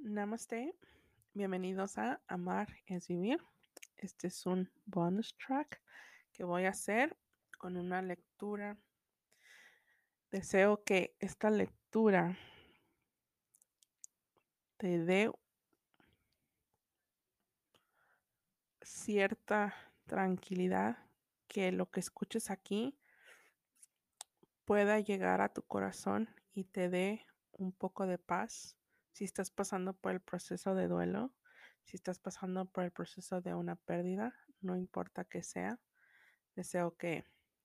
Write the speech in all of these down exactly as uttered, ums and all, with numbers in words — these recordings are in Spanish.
Namaste, bienvenidos a Amar es Vivir. Este es un bonus track que voy a hacer con una lectura. Deseo que esta lectura te dé cierta tranquilidad, que lo que escuches aquí pueda llegar a tu corazón y te dé un poco de paz. Si estás pasando por el proceso de duelo, si estás pasando por el proceso de una pérdida, no importa que sea, deseo que,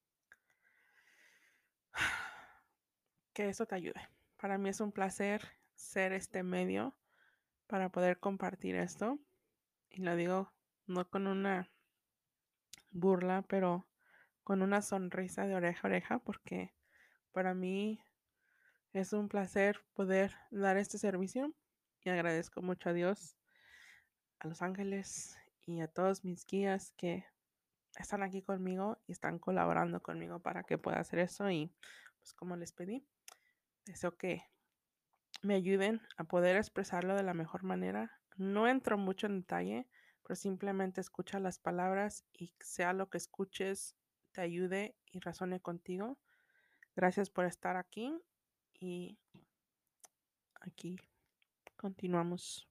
que eso te ayude. Para mí es un placer ser este medio para poder compartir esto. Y lo digo no con una burla, pero con una sonrisa de oreja a oreja, porque para mí es un placer poder dar este servicio y agradezco mucho a Dios, a los ángeles y a todos mis guías que están aquí conmigo y están colaborando conmigo para que pueda hacer eso. Y pues como les pedí, deseo que me ayuden a poder expresarlo de la mejor manera. No entro mucho en detalle, pero simplemente escucha las palabras y sea lo que escuches, te ayude y razone contigo. Gracias por estar aquí y aquí continuamos.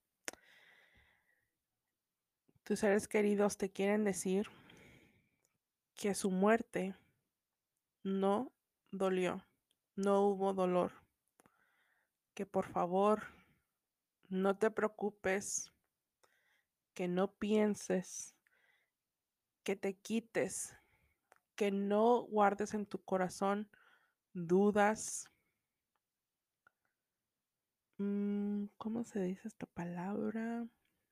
Tus seres queridos te quieren decir que su muerte no dolió, no hubo dolor, que por favor no te preocupes, que no pienses, que te quites, que no guardes en tu corazón dudas. Mm, ¿Cómo se dice esta palabra?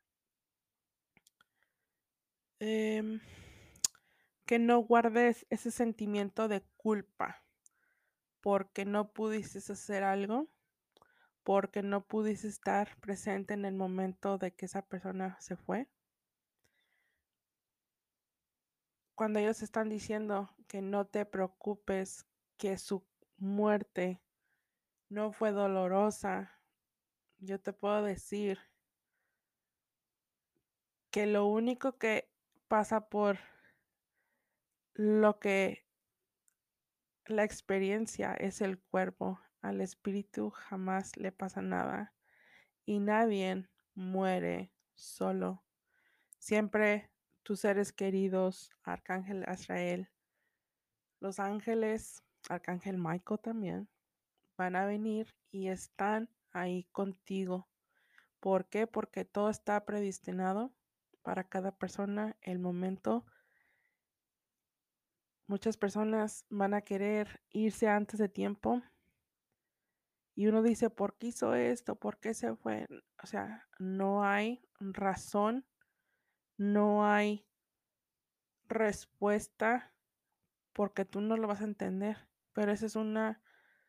Em, que no guardes ese sentimiento de culpa porque no pudiste hacer algo, porque no pudiste estar presente en el momento de que esa persona se fue. Cuando ellos están diciendo que no te preocupes, que su muerte no fue dolorosa, yo te puedo decir que lo único que pasa por lo que la experiencia es el cuerpo. Al espíritu jamás le pasa nada y nadie muere solo. Siempre tus seres queridos, Arcángel Azrael, los ángeles, Arcángel Michael también, van a venir y están ahí contigo. ¿Por qué? Porque todo está predestinado para cada persona, el momento. Muchas personas van a querer irse antes de tiempo y uno dice, ¿por qué hizo esto? ¿Por qué se fue? O sea, no hay razón, no hay respuesta porque tú no lo vas a entender. Pero esa es una,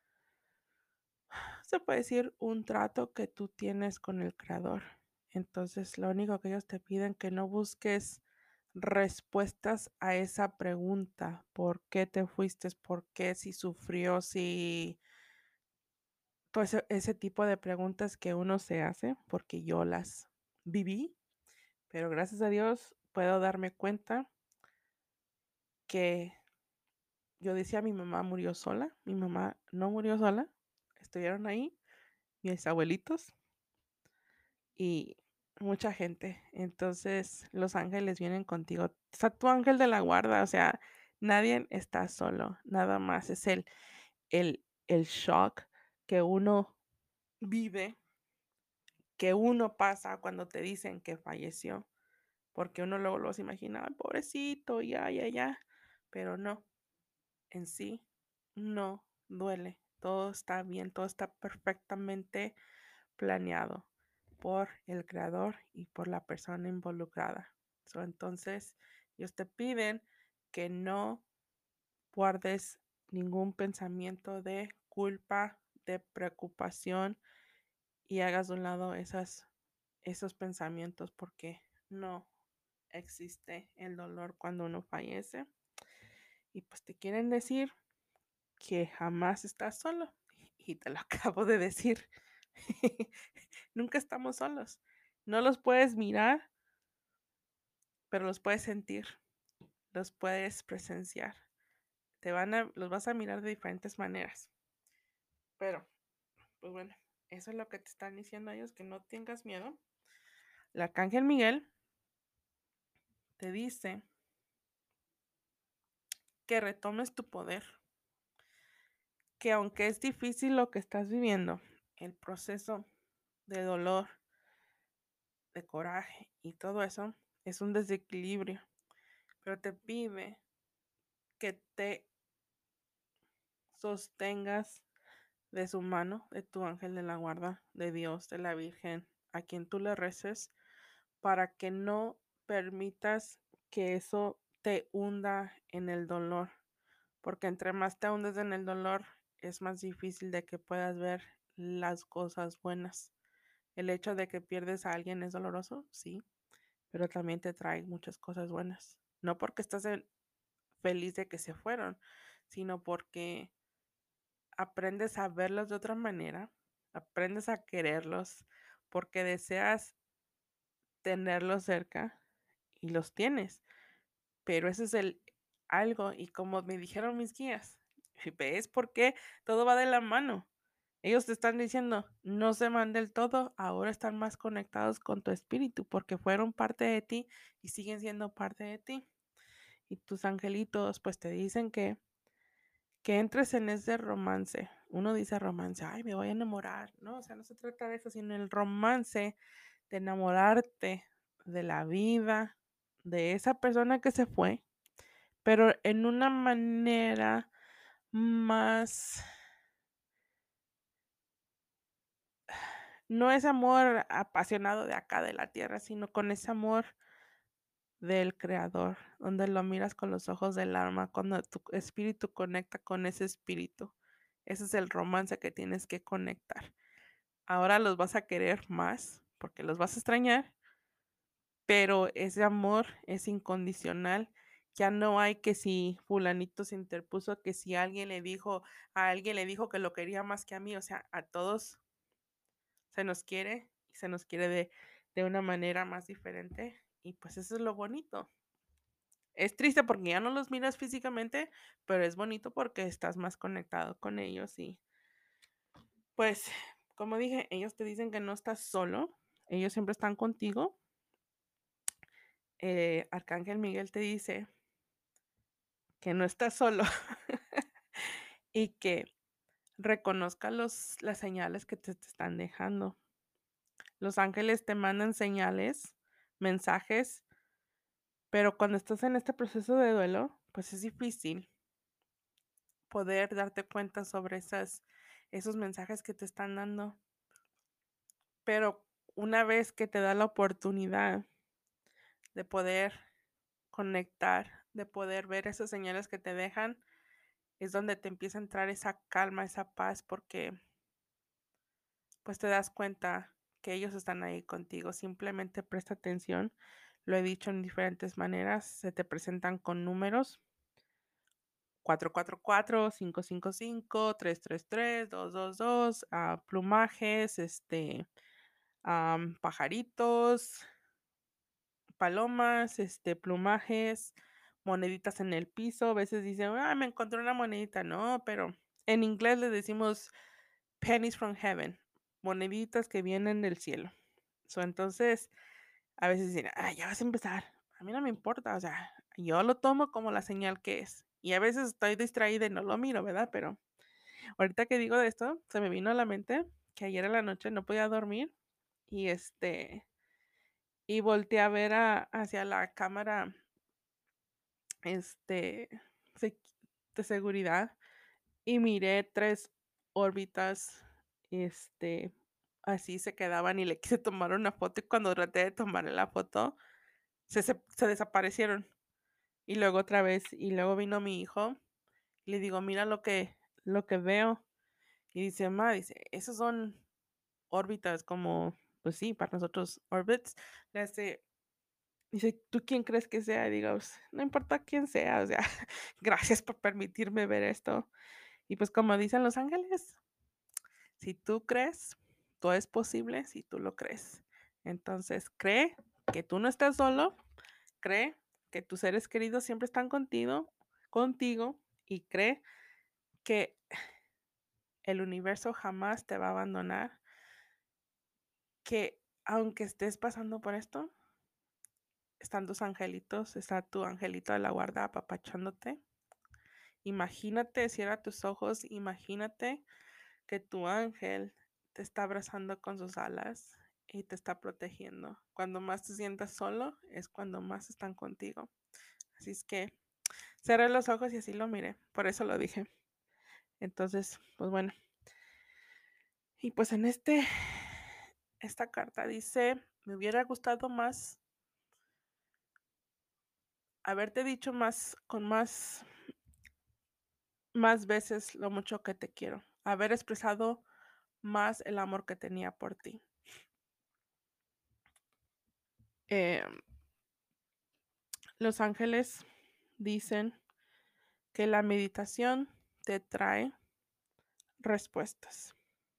se puede decir, un trato que tú tienes con el creador. Entonces, lo único que ellos te piden que no busques respuestas a esa pregunta. ¿Por qué te fuiste? ¿Por qué? Si sufrió, si todo ese, ese tipo de preguntas que uno se hace, porque yo las viví, pero gracias a Dios puedo darme cuenta que yo decía mi mamá murió sola, mi mamá no murió sola, estuvieron ahí mis abuelitos y mucha gente. Entonces los ángeles vienen contigo. Está tu ángel de la guarda, o sea, nadie está solo, nada más es el, el, el shock que uno vive, que uno pasa cuando te dicen que falleció, porque uno luego los imagina, "Ay, pobrecito, ya, ya, ya", pero no, en sí no duele, todo está bien, todo está perfectamente planeado por el creador y por la persona involucrada. So, entonces, ellos te piden que no guardes ningún pensamiento de culpa, de preocupación y hagas de un lado esas, esos pensamientos porque no existe el dolor cuando uno fallece. Y pues te quieren decir que jamás estás solo. Y te lo acabo de decir. Nunca estamos solos. No los puedes mirar, pero los puedes sentir, los puedes presenciar. Te van a, los vas a mirar de diferentes maneras. Pero, pues bueno, eso es lo que te están diciendo ellos, que no tengas miedo. El arcángel Miguel te dice que retomes tu poder, que aunque es difícil lo que estás viviendo, el proceso de dolor, de coraje y todo eso, es un desequilibrio, pero te pide que te sostengas de su mano, de tu ángel de la guarda, de Dios, de la Virgen, a quien tú le reces, para que no permitas que eso te hunda en el dolor, porque entre más te hundes en el dolor, es más difícil de que puedas ver las cosas buenas. El hecho de que pierdes a alguien es doloroso, sí, pero también te trae muchas cosas buenas. No porque estás feliz de que se fueron, sino porque aprendes a verlos de otra manera, aprendes a quererlos, porque deseas tenerlos cerca y los tienes. Pero ese es el algo, y como me dijeron mis guías, ¿ves por qué todo va de la mano? Ellos te están diciendo, no se van del todo, ahora están más conectados con tu espíritu, porque fueron parte de ti y siguen siendo parte de ti. Y tus angelitos, pues te dicen que, que entres en ese romance. Uno dice romance, ay, me voy a enamorar. No, o sea, no se trata de eso, sino el romance de enamorarte de la vida, de esa persona que se fue, pero en una manera más, no es amor apasionado de acá de la tierra, sino con ese amor del creador, donde lo miras con los ojos del alma, cuando tu espíritu conecta con ese espíritu. Ese es el romance que tienes que conectar. Ahora los vas a querer más porque los vas a extrañar, pero ese amor es incondicional. Ya no hay que si fulanito se interpuso, que si alguien le dijo, a alguien le dijo que lo quería más que a mí, o sea, a todos se nos quiere y se nos quiere de, de una manera más diferente y pues eso es lo bonito. Es triste porque ya no los miras físicamente, pero es bonito porque estás más conectado con ellos y pues, como dije, ellos te dicen que no estás solo, ellos siempre están contigo. Eh, Arcángel Miguel te dice que no estás solo y que reconozca los, las señales que te, te están dejando. Los ángeles te mandan señales, mensajes, pero cuando estás en este proceso de duelo, pues es difícil poder darte cuenta sobre esas, esos mensajes que te están dando. Pero una vez que te da la oportunidad de poder conectar, de poder ver esas señales que te dejan, es donde te empieza a entrar esa calma, esa paz, porque pues te das cuenta que ellos están ahí contigo. Simplemente presta atención. Lo he dicho en diferentes maneras. Se te presentan con números. cuatro cuatro cuatro, cinco cinco cinco, tres tres tres, dos dos dos, uh, plumajes, este, um, pajaritos, palomas, este, plumajes, moneditas en el piso. A veces dicen, ah, me encontré una monedita. No, pero en inglés le decimos pennies from heaven, moneditas que vienen del cielo. So, entonces, a veces dicen, ah, ya vas a empezar. A mí no me importa, o sea, yo lo tomo como la señal que es. Y a veces estoy distraída y no lo miro, ¿verdad? Pero ahorita que digo de esto, se me vino a la mente que ayer en la noche no podía dormir y este, y volteé a ver a- hacia la cámara, este, se- de seguridad y miré tres órbitas, este, así se quedaban y le quise tomar una foto y cuando traté de tomar la foto, se, se, se desaparecieron. Y luego otra vez, y luego vino mi hijo y le digo, mira lo que, lo que veo. Y dice, ma, dice, esos son órbitas como, pues sí, para nosotros orbits. Le hace, dice, ¿tú quién crees que sea? Y digo, "Pues, no importa quién sea, o sea, gracias por permitirme ver esto. Y pues como dicen los ángeles, si tú crees, todo es posible si tú lo crees. Entonces, cree que tú no estás solo, cree que tus seres queridos siempre están contigo, contigo y cree que el universo jamás te va a abandonar, que aunque estés pasando por esto, están tus angelitos, está tu angelito de la guarda apapachándote. Imagínate, cierra tus ojos, imagínate que tu ángel te está abrazando con sus alas y te está protegiendo. Cuando más te sientas solo es cuando más están contigo. Así es que cerré los ojos y así lo miré, por eso lo dije. Entonces, pues bueno. Y pues en este, esta carta dice, me hubiera gustado más haberte dicho más, con más, más veces lo mucho que te quiero, haber expresado más el amor que tenía por ti. Eh, los ángeles dicen que la meditación te trae respuestas.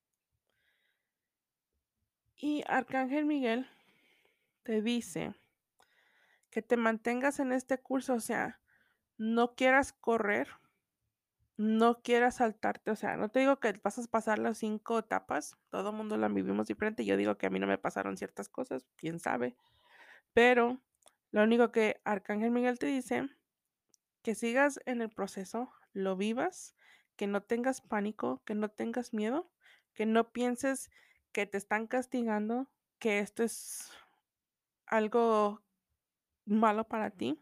Y Arcángel Miguel te dice que te mantengas en este curso, o sea, no quieras correr, no quieras saltarte, o sea, no te digo que vas a pasar las cinco etapas, todo el mundo la vivimos diferente, yo digo que a mí no me pasaron ciertas cosas, quién sabe, pero lo único que Arcángel Miguel te dice, que sigas en el proceso, lo vivas, que no tengas pánico, que no tengas miedo, que no pienses que te están castigando, que esto es algo malo para ti.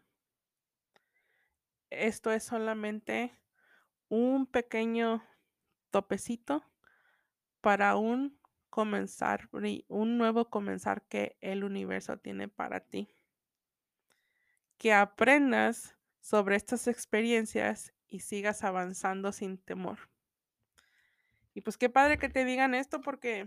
Esto es solamente un pequeño topecito para un comenzar, un nuevo comenzar que el universo tiene para ti. Que aprendas sobre estas experiencias y sigas avanzando sin temor. Y pues qué padre que te digan esto porque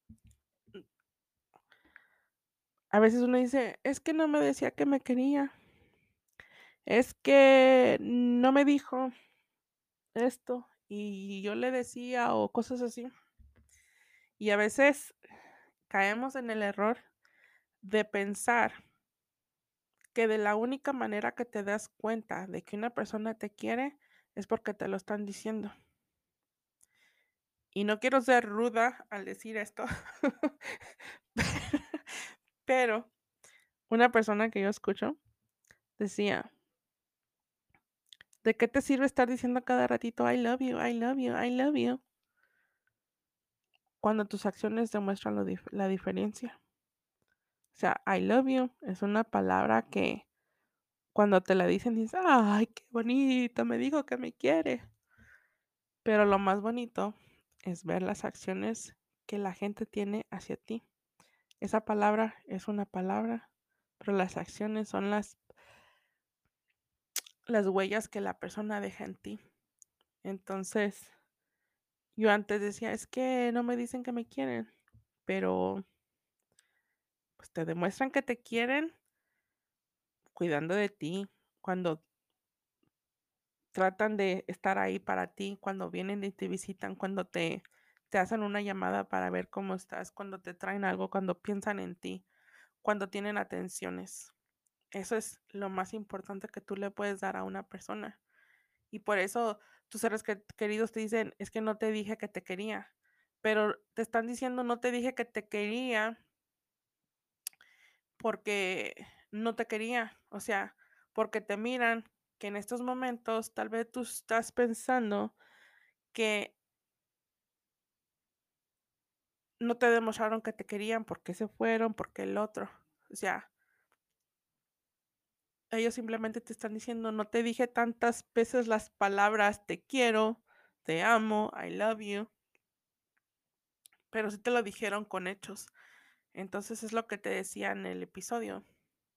a veces uno dice, es que no me decía que me quería, es que no me dijo esto y yo le decía o cosas así. Y a veces caemos en el error de pensar que de la única manera que te das cuenta de que una persona te quiere es porque te lo están diciendo. Y no quiero ser ruda al decir esto, pero una persona que yo escucho decía, ¿de qué te sirve estar diciendo cada ratito I love you, I love you, I love you? Cuando tus acciones demuestran lo dif- la diferencia. O sea, I love you es una palabra que cuando te la dicen dices, ay, qué bonito, me dijo que me quiere. Pero lo más bonito es ver las acciones que la gente tiene hacia ti. Esa palabra es una palabra, pero las acciones son las, las huellas que la persona deja en ti. Entonces, yo antes decía, es que no me dicen que me quieren, pero pues te demuestran que te quieren cuidando de ti, cuando tratan de estar ahí para ti, cuando vienen y te visitan, cuando te, te hacen una llamada para ver cómo estás, cuando te traen algo, cuando piensan en ti, cuando tienen atenciones. Eso es lo más importante que tú le puedes dar a una persona. Y por eso tus seres que- queridos te dicen, es que no te dije que te quería, pero te están diciendo, no te dije que te quería porque no te quería, o sea, porque te miran que en estos momentos tal vez tú estás pensando que no te demostraron que te querían, porque se fueron, porque el otro, o sea, ellos simplemente te están diciendo, no te dije tantas veces las palabras te quiero, te amo, I love you, pero sí te lo dijeron con hechos. Entonces es lo que te decía en el episodio.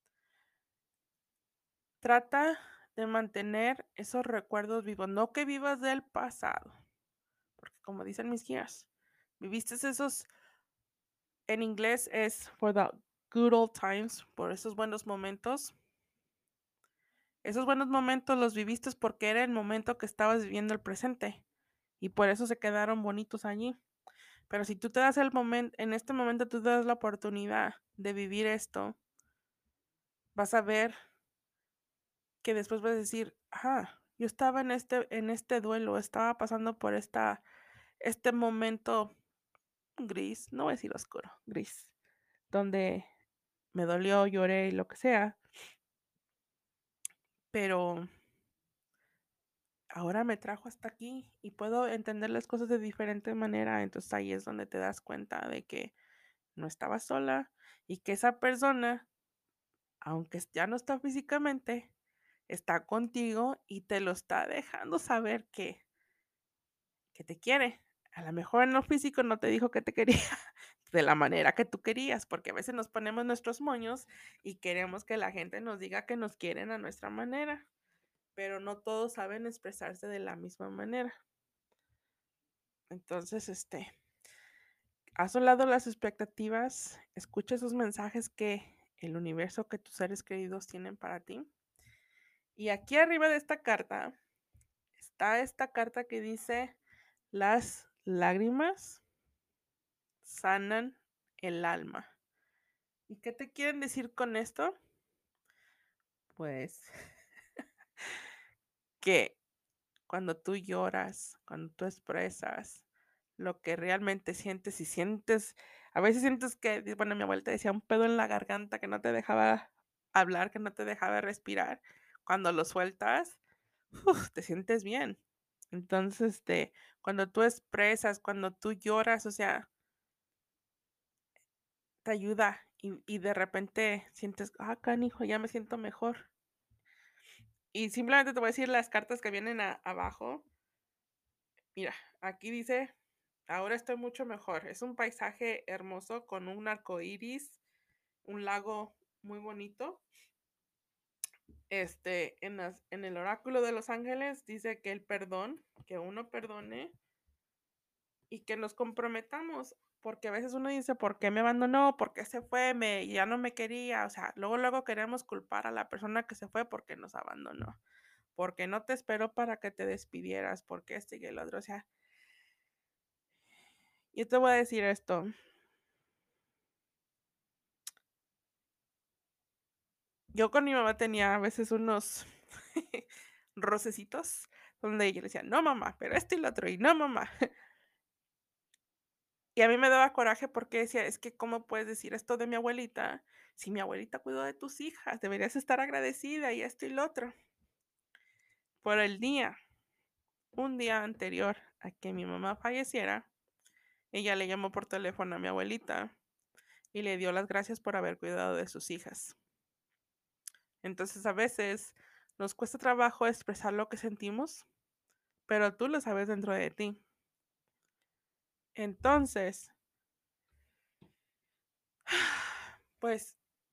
Trata de mantener esos recuerdos vivos, no que vivas del pasado, porque como dicen mis guías, viviste esos, en inglés es for the good old times, por esos buenos momentos. Esos buenos momentos los viviste porque era el momento que estabas viviendo el presente y por eso se quedaron bonitos allí. Pero si tú te das el momento, en este momento tú te das la oportunidad de vivir esto, vas a ver que después vas a decir, ajá, yo estaba en este, en este duelo, estaba pasando por esta, este momento gris, no voy a decir oscuro, gris, donde me dolió, lloré y lo que sea, pero ahora me trajo hasta aquí y puedo entender las cosas de diferente manera. Entonces ahí es donde te das cuenta de que no estabas sola y que esa persona, aunque ya no está físicamente, está contigo y te lo está dejando saber que, que te quiere. A lo mejor en lo físico no te dijo que te quería de la manera que tú querías, porque a veces nos ponemos nuestros moños y queremos que la gente nos diga que nos quieren a nuestra manera, pero no todos saben expresarse de la misma manera. Entonces, este, haz a un lado las expectativas, escucha esos mensajes que el universo, que tus seres queridos tienen para ti. Y aquí arriba de esta carta está esta carta que dice, las lágrimas sanan el alma. ¿Y qué te quieren decir con esto? Pues que cuando tú lloras, cuando tú expresas lo que realmente sientes y sientes, a veces sientes que, bueno, mi abuelita decía un pedo en la garganta que no te dejaba hablar, que no te dejaba respirar. Cuando lo sueltas, uf, te sientes bien. Entonces, este, cuando tú expresas, cuando tú lloras, o sea, te ayuda y, y de repente sientes, ah, canijo, ya me siento mejor. Y simplemente te voy a decir las cartas que vienen a- abajo. Mira, aquí dice, ahora estoy mucho mejor. Es un paisaje hermoso con un arco iris, un lago muy bonito. Este, en, las, en el oráculo de los ángeles dice que el perdón, que uno perdone y que nos comprometamos, porque a veces uno dice, ¿por qué me abandonó? ¿Por qué se fue? Me, ya no me quería. O sea, luego, luego queremos culpar a la persona que se fue porque nos abandonó, porque no te esperó para que te despidieras, porque este y el otro. O sea, yo te voy a decir esto. Yo con mi mamá tenía a veces unos rocecitos donde ella le decía, no mamá, pero esto y lo otro, y no mamá. Y a mí me daba coraje porque decía, es que ¿cómo puedes decir esto de mi abuelita? Si mi abuelita cuidó de tus hijas, deberías estar agradecida y esto y lo otro. Por el día, un día anterior a que mi mamá falleciera, ella le llamó por teléfono a mi abuelita y le dio las gracias por haber cuidado de sus hijas. Entonces a veces nos cuesta trabajo expresar lo que sentimos, pero tú lo sabes dentro de ti. Entonces, pues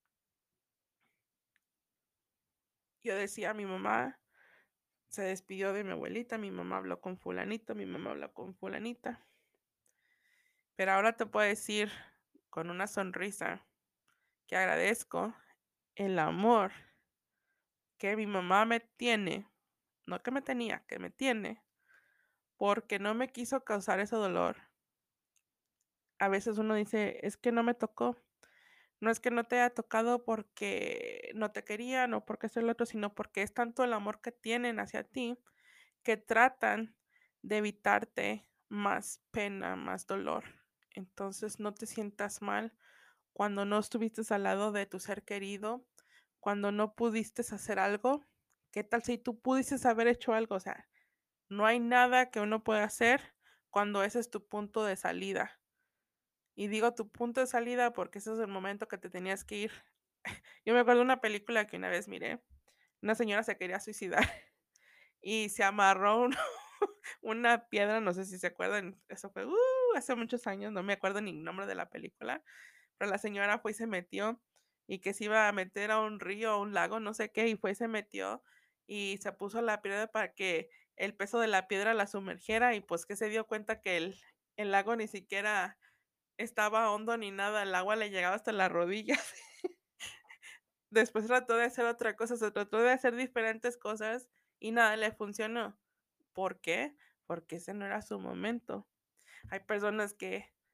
yo decía, mi mamá se despidió de mi abuelita, mi mamá habló con fulanito, mi mamá habló con fulanita. Pero ahora te puedo decir con una sonrisa que agradezco el amor que mi mamá me tiene, no que me tenía, que me tiene, porque no me quiso causar ese dolor. A veces uno dice, es que no me tocó. No es que no te haya tocado porque no te querían o porque es el otro, sino porque es tanto el amor que tienen hacia ti que tratan de evitarte más pena, más dolor. Entonces no te sientas mal cuando no estuviste al lado de tu ser querido, cuando no pudiste hacer algo. ¿Qué tal si tú pudieses haber hecho algo? O sea, no hay nada que uno pueda hacer cuando ese es tu punto de salida. Y digo tu punto de salida porque ese es el momento que te tenías que ir. Yo me acuerdo de una película que una vez miré. Una señora se quería suicidar y se amarró un- una piedra, no sé si se acuerdan, eso fue uh, hace muchos años, no me acuerdo ni el nombre de la película, pero la señora fue y se metió y que se iba a meter a un río, a un lago, no sé qué, y fue y se metió y se puso la piedra para que el peso de la piedra la sumergiera y pues que se dio cuenta que el, el lago ni siquiera estaba hondo ni nada, el agua le llegaba hasta las rodillas. Después trató de hacer otra cosa, se trató de hacer diferentes cosas y nada le funcionó. ¿Por qué? Porque ese no era su momento. Hay personas que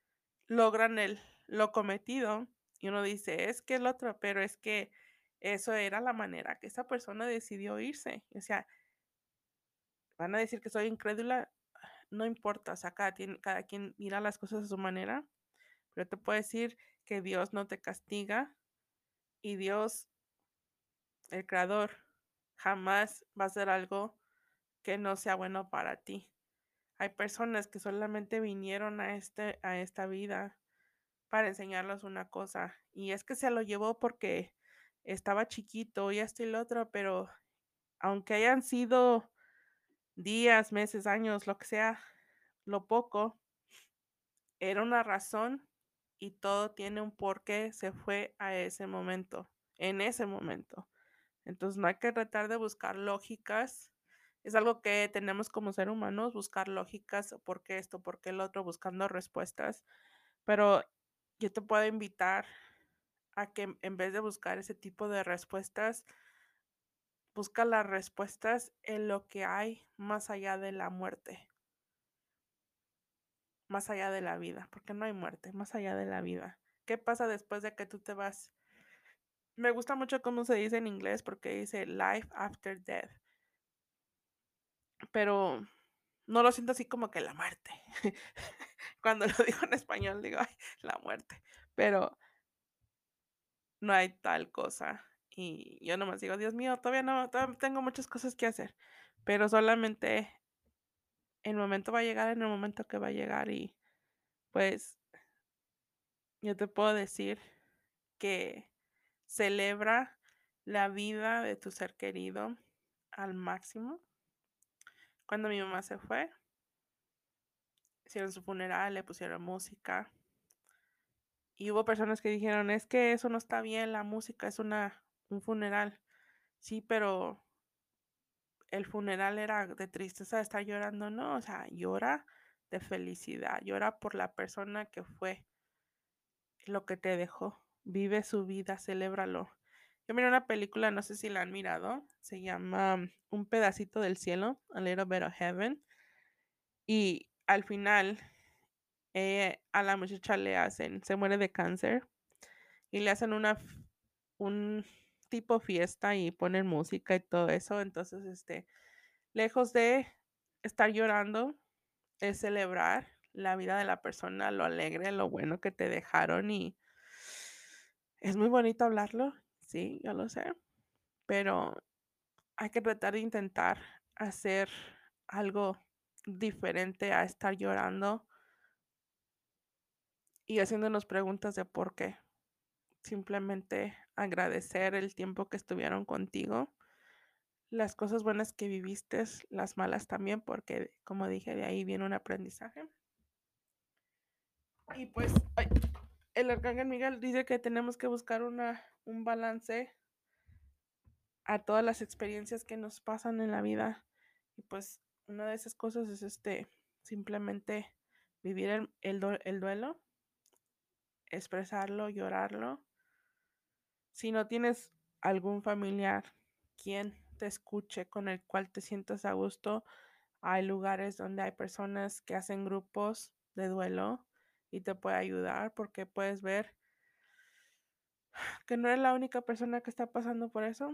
logran el lo cometido, y uno dice: "Es que el otro", pero es que eso era la manera que esa persona decidió irse. O sea, van a decir que soy incrédula, no importa, o sea, cada quien cada quien mira las cosas a su manera, pero te puedo decir que Dios no te castiga y Dios, el Creador, jamás va a hacer algo que no sea bueno para ti. Hay personas que solamente vinieron a este a esta vida para enseñarles una cosa, y es que se lo llevó porque estaba chiquito y esto y lo otro, pero aunque hayan sido días, meses, años, lo que sea, lo poco, era una razón y todo tiene un porqué, se fue a ese momento, en ese momento. Entonces, no hay que tratar de buscar lógicas. Es algo que tenemos como ser humanos, buscar lógicas, por qué esto, por qué el otro, buscando respuestas. Pero yo te puedo invitar a que en vez de buscar ese tipo de respuestas, busca las respuestas en lo que hay más allá de la muerte, más allá de la vida, porque no hay muerte, más allá de la vida. ¿Qué pasa después de que tú te vas? Me gusta mucho cómo se dice en inglés porque dice life after death, pero no lo siento así como que la muerte. Cuando lo digo en español digo: "Ay, la muerte", pero no hay tal cosa. Y yo nomás digo: "Dios mío, todavía no, todavía tengo muchas cosas que hacer", pero solamente el momento va a llegar en el momento que va a llegar y, pues, yo te puedo decir que celebra la vida de tu ser querido al máximo. Cuando mi mamá se fue, hicieron su funeral, le pusieron música, y hubo personas que dijeron: "Es que eso no está bien, la música es una un funeral". Sí, pero el funeral era de tristeza, de estar llorando, no, o sea, llora de felicidad, llora por la persona que fue, lo que te dejó. Vive su vida, celébralo. Yo miré una película, no sé si la han mirado, se llama Un pedacito del cielo, A Little Bit of Heaven, y al final, eh, a la muchacha le hacen se muere de cáncer y le hacen una f un tipo fiesta y ponen música y todo eso. Entonces, este, lejos de estar llorando, es celebrar la vida de la persona, lo alegre, lo bueno que te dejaron y es muy bonito hablarlo, sí, yo lo sé, pero hay que tratar de intentar hacer algo diferente a estar llorando y haciéndonos preguntas de por qué. Simplemente agradecer el tiempo que estuvieron contigo, las cosas buenas que viviste, las malas también, porque como dije, de ahí viene un aprendizaje. Y pues, ay, el arcángel Miguel dice que tenemos que buscar una, un balance a todas las experiencias que nos pasan en la vida. Y pues una de esas cosas es este, simplemente vivir el, el, due- el duelo, expresarlo, llorarlo. Si no tienes algún familiar quien te escuche, con el cual te sientas a gusto, hay lugares donde hay personas que hacen grupos de duelo y te puede ayudar porque puedes ver que no eres la única persona que está pasando por eso.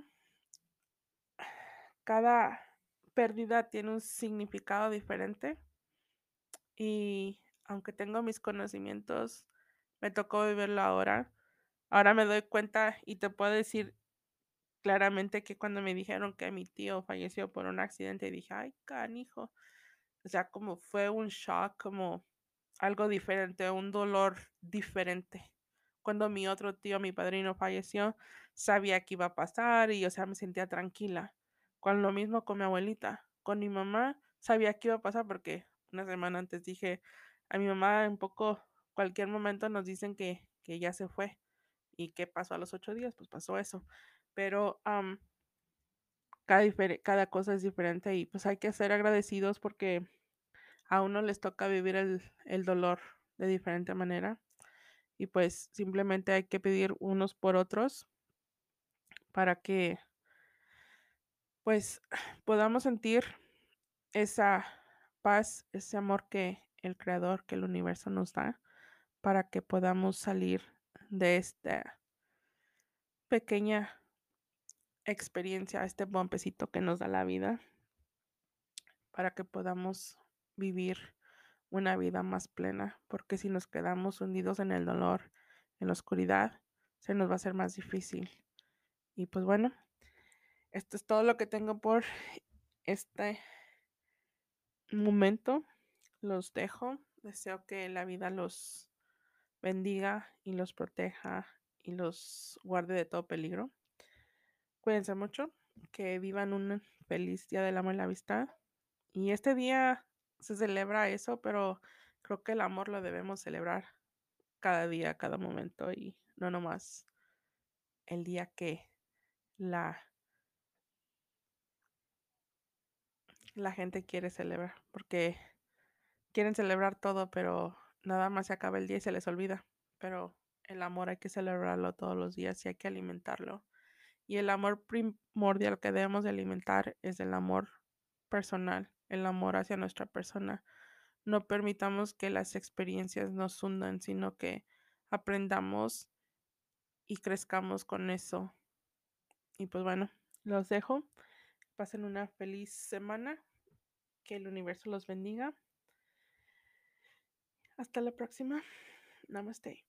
Cada pérdida tiene un significado diferente y aunque tengo mis conocimientos, me tocó vivirlo ahora. Ahora me doy cuenta y te puedo decir claramente que cuando me dijeron que mi tío falleció por un accidente, dije: "Ay, canijo". O sea, como fue un shock, como algo diferente, un dolor diferente. Cuando mi otro tío, mi padrino, falleció, sabía que iba a pasar y, o sea, me sentía tranquila. Con lo mismo con mi abuelita. Con mi mamá, sabía que iba a pasar porque una semana antes dije a mi mamá, un poco, cualquier momento nos dicen que, que ya se fue. ¿Y qué pasó a los ocho días? Pues pasó eso. Pero am, cada, difere- cada cosa es diferente y pues hay que ser agradecidos porque a uno les toca vivir el, el dolor de diferente manera y pues simplemente hay que pedir unos por otros para que pues podamos sentir esa paz, ese amor que el creador, que el universo nos da, para que podamos salir de esta pequeña experiencia, este bombecito que nos da la vida, para que podamos vivir una vida más plena, porque si nos quedamos hundidos en el dolor, en la oscuridad, se nos va a hacer más difícil. Y pues bueno, esto es todo lo que tengo por este momento. Los dejo. Deseo que la vida los bendiga y los proteja y los guarde de todo peligro. Cuídense mucho, que vivan un feliz Día del Amor y la Amistad. Y este día se celebra eso, pero creo que el amor lo debemos celebrar cada día, cada momento y no nomás el día que la, la gente quiere celebrar, porque quieren celebrar todo, pero nada más se acaba el día y se les olvida. Pero el amor hay que celebrarlo todos los días y hay que alimentarlo. Y el amor primordial que debemos de alimentar es el amor personal, el amor hacia nuestra persona. No permitamos que las experiencias nos hundan, sino que aprendamos y crezcamos con eso. Y pues bueno, los dejo. Pasen una feliz semana. Que el universo los bendiga. Hasta la próxima. Namaste.